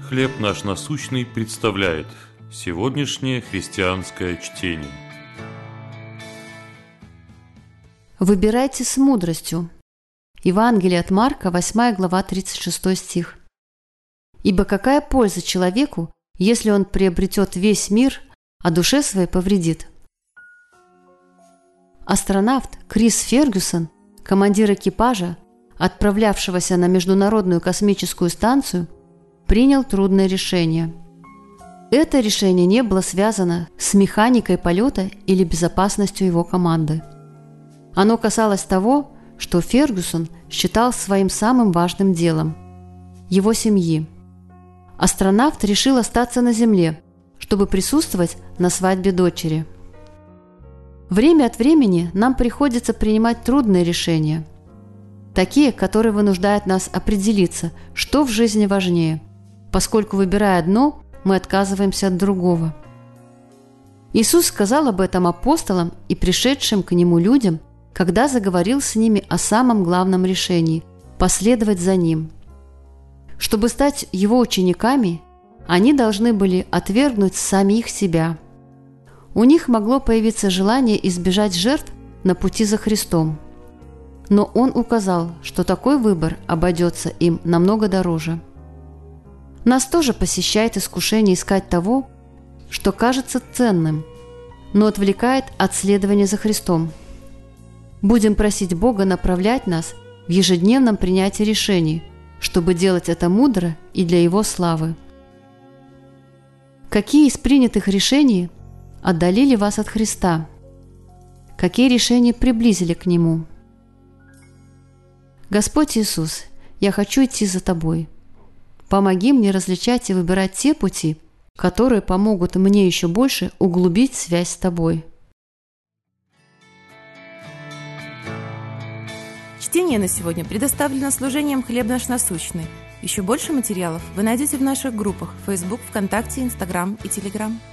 «Хлеб наш насущный» представляет сегодняшнее христианское чтение. Выбирайте с мудростью. Евангелие от Марка, 8 глава, 36 стих. «Ибо какая польза человеку, если он приобретет весь мир, а душе своей повредит?» Астронавт Крис Фергюсон, командир экипажа, отправлявшегося на Международную космическую станцию, принял трудное решение. Это решение не было связано с механикой полета или безопасностью его команды. Оно касалось того, что Фергюсон считал своим самым важным делом – его семьи. Астронавт решил остаться на Земле, чтобы присутствовать на свадьбе дочери. Время от времени нам приходится принимать трудные решения, такие, которые вынуждают нас определиться, что в жизни важнее, поскольку, выбирая одно, мы отказываемся от другого. Иисус сказал об этом апостолам и пришедшим к Нему людям, когда заговорил с ними о самом главном решении – последовать за Ним. Чтобы стать Его учениками, они должны были отвергнуть самих себя. У них могло появиться желание избежать жертв на пути за Христом. Но Он указал, что такой выбор обойдется им намного дороже. Нас тоже посещает искушение искать того, что кажется ценным, но отвлекает от следования за Христом. Будем просить Бога направлять нас в ежедневном принятии решений, чтобы делать это мудро и для Его славы. Какие из принятых решений отдалили вас от Христа? Какие решения приблизили к Нему? Господь Иисус, я хочу идти за Тобой. Помоги мне различать и выбирать те пути, которые помогут мне еще больше углубить связь с Тобой. Чтение на сегодня предоставлено служением «Хлеб наш насущный». Еще больше материалов вы найдете в наших группах Facebook, ВКонтакте, Instagram и Telegram.